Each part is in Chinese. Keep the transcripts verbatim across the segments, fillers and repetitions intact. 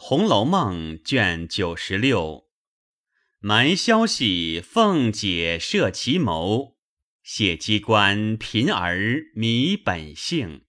红楼梦》卷九十六，瞒消息凤姐设其谋，谢机关贫儿迷本性。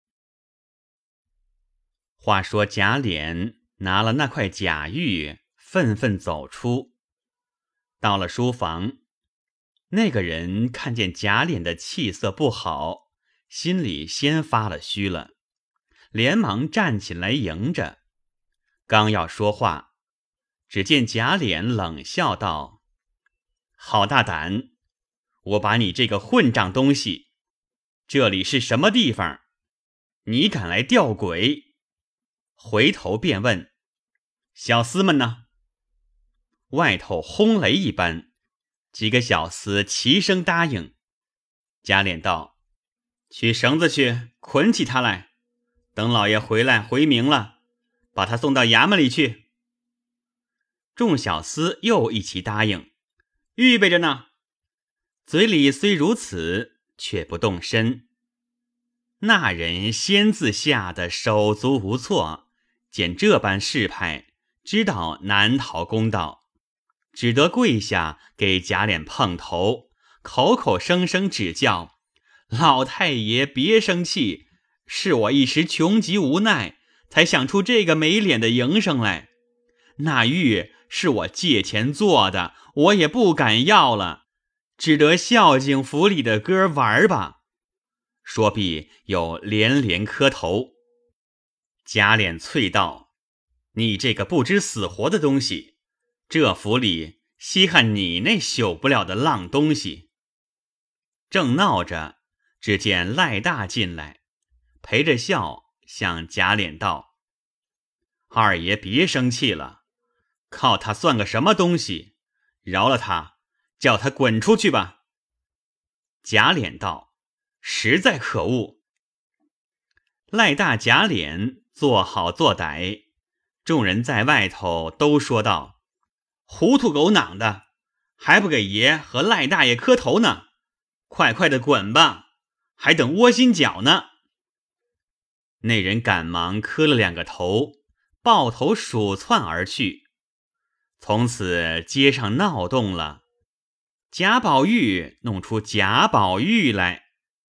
话说贾琏拿了那块假玉，愤愤走出，到了书房，那个人看见贾琏的气色不好，心里先发了虚了，连忙站起来迎着，刚要说话，只见贾琏冷笑道：好大胆，我把你这个混账东西，这里是什么地方？你敢来吊鬼？回头便问小厮们呢？外头轰雷一般，几个小厮齐声答应。贾琏道：取绳子去，捆起他来，等老爷回来回明了，把他送到衙门里去。众小厮又一齐答应，预备着呢。嘴里虽如此，却不动身。那人先自吓得手足无措，见这般势派，知道难逃公道，只得跪下给贾琏碰头，口口声声指教：老太爷别生气，是我一时穷急无奈，才想出这个没脸的营生来。那玉是我借钱做的，我也不敢要了，只得孝敬府里的哥玩吧。说毕又连连磕头。贾琏啐道：你这个不知死活的东西，这府里稀罕你那朽不了的浪东西。正闹着，只见赖大进来，陪着笑向贾琏道：二爷别生气了，靠他算个什么东西，饶了他，叫他滚出去吧。贾琏道：实在可恶。赖大贾琏做好做歹，众人在外头都说道：糊涂狗囊的，还不给爷和赖大爷磕头呢，快快的滚吧，还等窝心脚呢。那人赶忙磕了两个头，抱头鼠窜而去。从此街上闹动了，贾宝玉弄出贾宝玉来。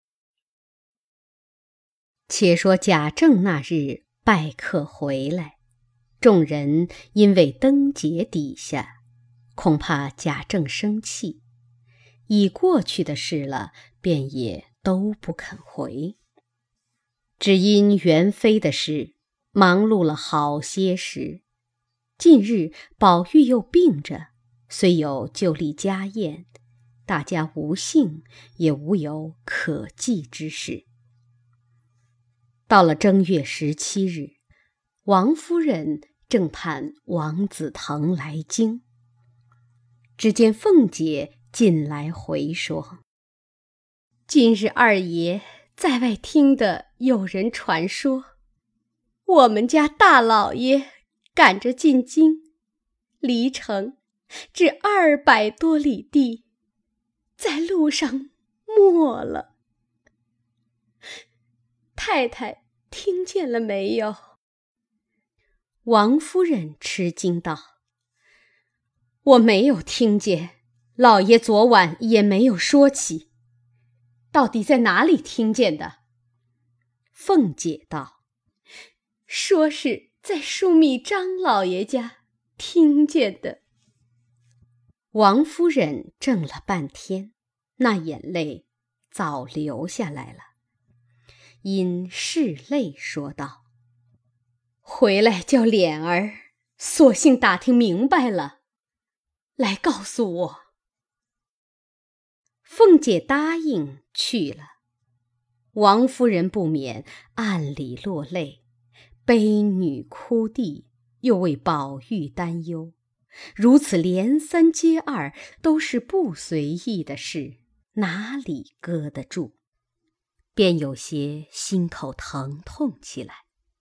且说贾政那日拜客回来，众人因为灯节底下，恐怕贾政生气，已过去的事了，便也都不肯回。只因元妃的事忙碌了好些时，近日宝玉又病着，虽有旧例家宴，大家无幸，也无有可祭之事。到了正月十七日，王夫人正盼王子腾来京，只见凤姐进来回说：今日二爷在外听得有人传说，我们家大老爷赶着进京，离城至二百多里地，在路上没了。太太听见了没有？王夫人吃惊道：我没有听见，老爷昨晚也没有说起，到底在哪里听见的？凤姐道：说是在枢密张老爷家听见的。王夫人怔了半天，那眼泪早流下来了，因拭泪说道：回来叫琏儿索性打听明白了，来告诉我。凤姐答应去了，王夫人不免暗里落泪，悲女哭弟，又为宝玉担忧，如此连三接二，都是不随意的事，哪里搁得住？便有些心口疼痛起来。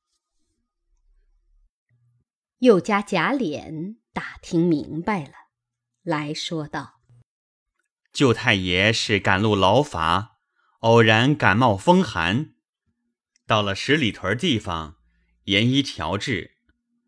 又加贾琏打听明白了，来说道： 舅太爷是赶路劳乏，偶然感冒风寒，到了十里屯地方，研医调治，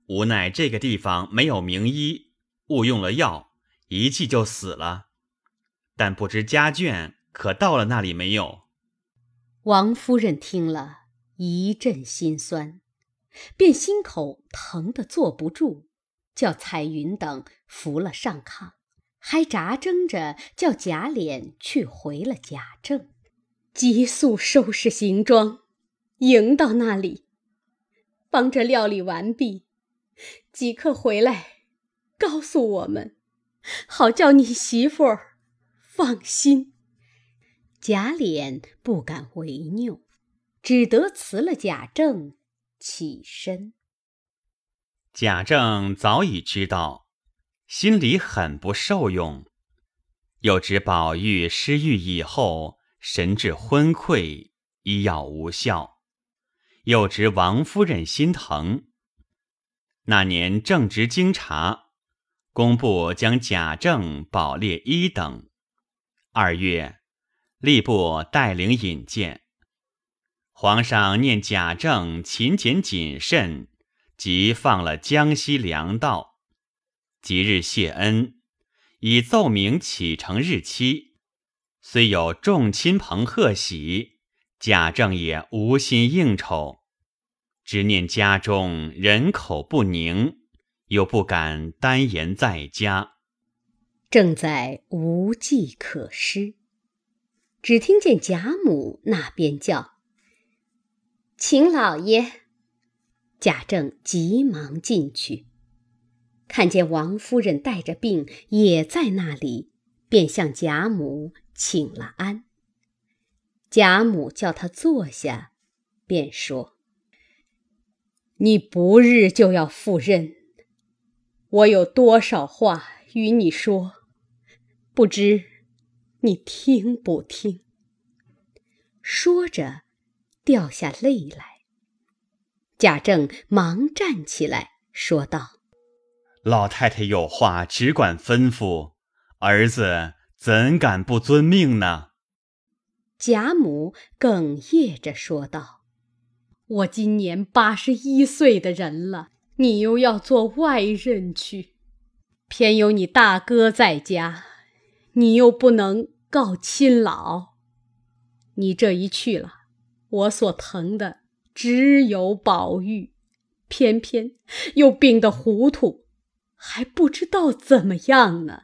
无奈这个地方没有名医，误用了药，一剂就死了。但不知家眷可到了那里没有？” 王夫人听了一阵心酸，便心口疼得坐不住，叫彩云等扶了上炕，还扎争着叫贾琏去回了贾政，急速收拾行装，迎到那里，帮着料理完毕，即刻回来告诉我们，好叫你媳妇儿放心。贾琏不敢违拗，只得辞了贾政，起身。 贾政早已知道，心里很不受用，又知宝玉失愈以后神志昏聩，医药无效，又知王夫人心疼。那年正值京察，工部将贾政保列一等。二月，吏部带领引荐，皇上念贾政勤俭谨慎，即放了江西粮道。即日谢恩，以奏明启程日期。虽有众亲朋贺喜，贾政也无心应酬，只念家中人口不宁，又不敢单言在家， 正在无计可施，只听见贾母那边叫：“请老爷。”贾政急忙进去，看见王夫人带着病也在那里，便向贾母请了安。贾母叫他坐下，便说：“你不日就要赴任，我有多少话与你说，不知你听不听？”说着掉下泪来。贾政忙站起来说道：“ 老太太有话只管吩咐，儿子怎敢不遵命呢？” 贾母哽咽着说道：“我今年八十一岁的人了，你又要做外任去，偏有你大哥在家，你又不能告亲老。你这一去了，我所疼的只有宝玉，偏偏又病得糊涂，还不知道怎么样呢。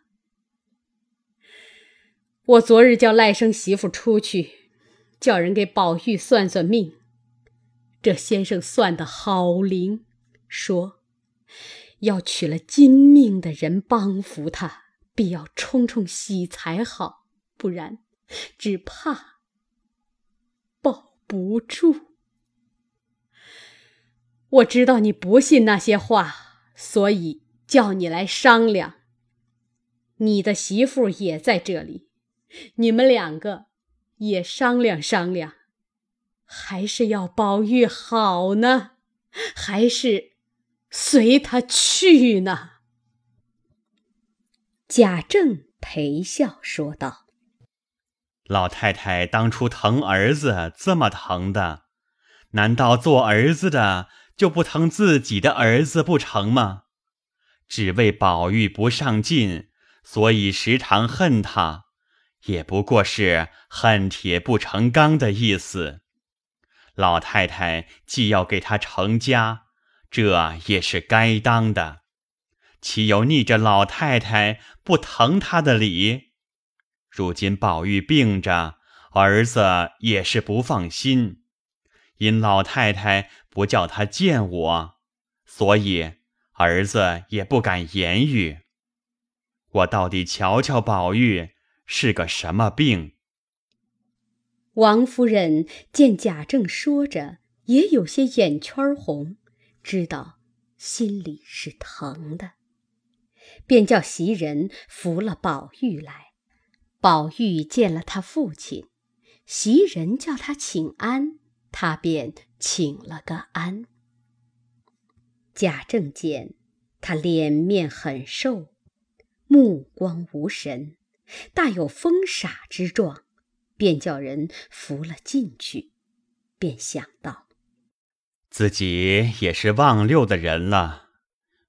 我昨日叫赖生媳妇出去，叫人给宝玉算算命。这先生算得好灵，说要娶了金命的人帮扶他，必要冲冲喜才好，不然只怕保不住。我知道你不信那些话，所以叫你来商量。你的媳妇也在这里，你们两个也商量商量，还是要宝玉好呢，还是随他去呢？”贾政陪笑说道：“ 老太太当初疼儿子这么疼的，难道做儿子的就不疼自己的儿子不成吗？只为宝玉不上进，所以时常恨他，也不过是恨铁不成钢的意思。老太太既要给他成家，这也是该当的，岂有逆着老太太不疼他的理？如今宝玉病着，儿子也是不放心，因老太太不叫他见我，所以儿子也不敢言语。我到底瞧瞧宝玉是个什么病。” 王夫人见贾政说着，也有些眼圈红，知道心里是疼的，便叫袭人扶了宝玉来。宝玉见了他父亲，袭人叫他请安，他便请了个安。贾政见他脸面很瘦，目光无神，大有疯傻之状，便叫人扶了进去，便想到自己也是忘六的人了，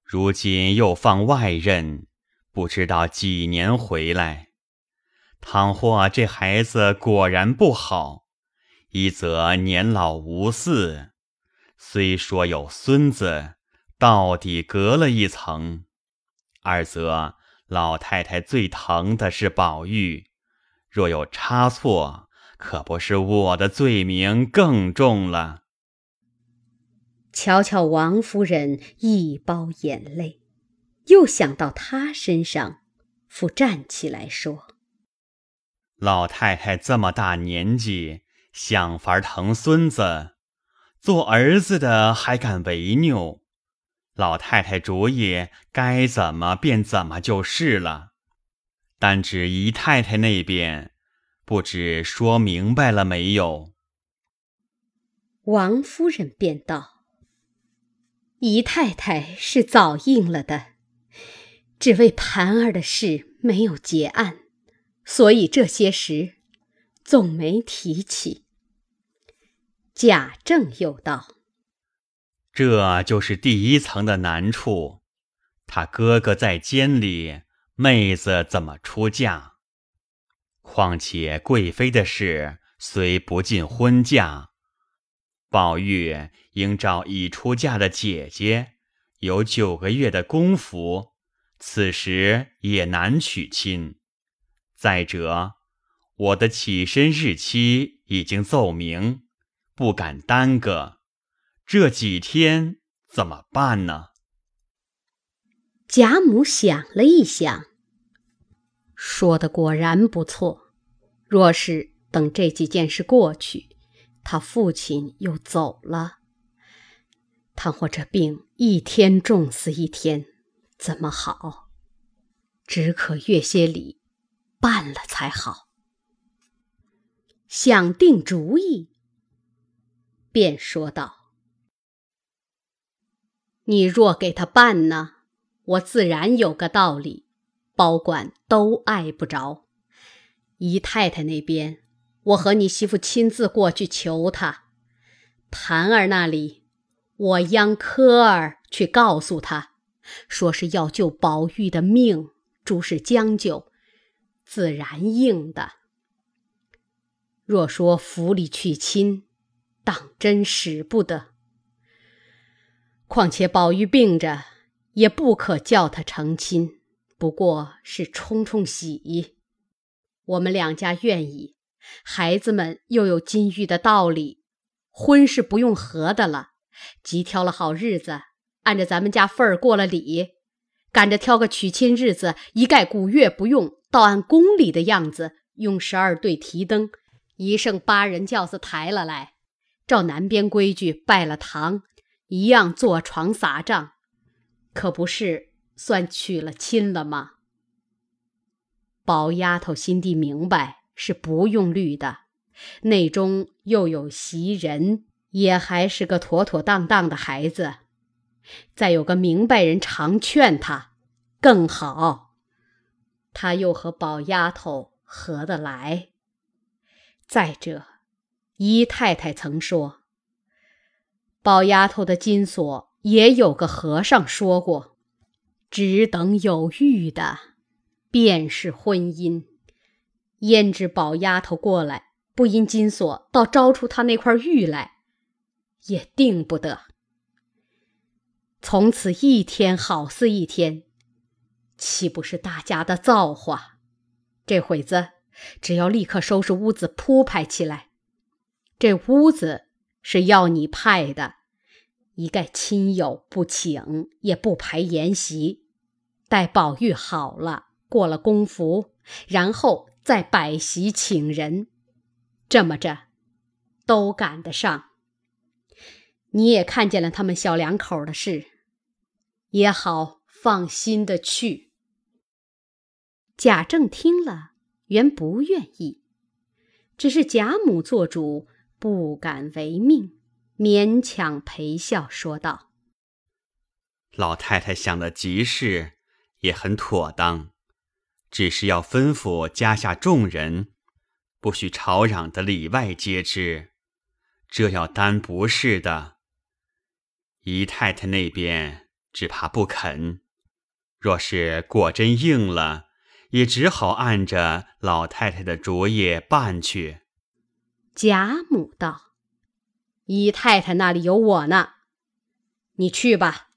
如今又放外任，不知道几年回来。倘或这孩子果然不好，一则年老无嗣，虽说有孙子，到底隔了一层；二则老太太最疼的是宝玉，若有差错，可不是我的罪名更重了。 瞧瞧王夫人一包眼泪，又想到她身上，复站起来说： 老太太这么大年纪，想法疼孙子，做儿子的还敢违拗，老太太主意该怎么便怎么就是了。但指姨太太那边，不知说明白了没有？ 王夫人便道：姨太太是早应了的，只为盘儿的事没有结案，所以这些时总没提起。贾政又道： 这就是第一层的难处，他哥哥在监里，妹子怎么出嫁？况且贵妃的事虽不进婚嫁，宝玉应照已出嫁的姐姐，有九个月的功夫，此时也难娶亲。再者，我的起身日期已经奏明，不敢耽搁，这几天怎么办呢？ 贾母想了一想，说的果然不错。若是等这几件事过去，他父亲又走了，倘或这病一天重似一天，怎么好？只可约些礼办了才好。想定主意，便说道：你若给他办呢，我自然有个道理，保管都碍不着。姨太太那边，我和你媳妇亲自过去求他。盘儿那里，我央科儿去告诉他，说是要救宝玉的命，诸事将就，自然应的。若说府里去亲，当真使不得。况且宝玉病着，也不可叫他成亲，不过是冲冲喜。我们两家愿意，孩子们又有金玉的道理，婚是不用合的了，即挑了好日子，按着咱们家份儿过了礼，赶着挑个娶亲日子，一概古月不用，倒按宫里的样子，用十二对提灯，一剩八人轿子抬了来，照南边规矩拜了堂，一样坐床撒帐，可不是算娶了亲了吗？宝丫头心地明白，是不用虑的，内中又有袭人，也还是个妥妥当当的孩子，再有个明白人常劝他，更好。他又和宝丫头合得来。再者，姨太太曾说，宝丫头的金锁也有个和尚说过，只等有玉的，便是婚姻。焉知宝丫头过来，不因金锁，倒招出他那块玉来，也定不得。从此一天好似一天，岂不是大家的造化？这会子只要立刻收拾屋子铺排起来。这屋子是要你派的，一概亲友不请，也不排筵席，待宝玉好了，过了公服，然后再摆席请人，这么着都赶得上。你也看见了他们小两口的事，也好放心的去。贾政听了，原不愿意，只是贾母做主，不敢违命，勉强陪笑说道： 老太太想的极是，也很妥当，只是要吩咐家下众人，不许吵嚷的里外皆知，这要担不是的。姨太太那边只怕不肯。若是果真应了，也只好按着老太太的主意办去。 贾母道：姨太太那里有我呢，你去吧。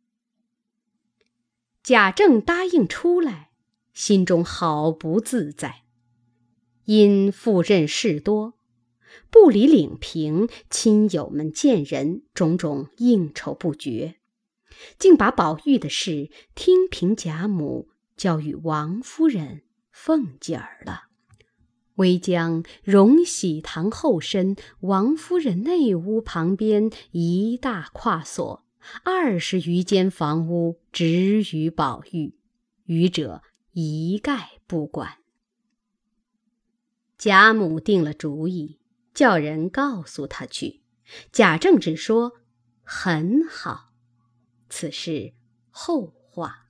贾政答应出来，心中好不自在。因赴任事多，部里领平亲友们见人，种种应酬不绝，竟把宝玉的事听凭贾母交与王夫人、凤姐儿了。唯将荣禧堂后身王夫人内屋旁边一大跨所二十余间房屋只与宝玉，余者一概不管。贾母定了主意，叫人告诉他去。贾政只说很好，此事后话。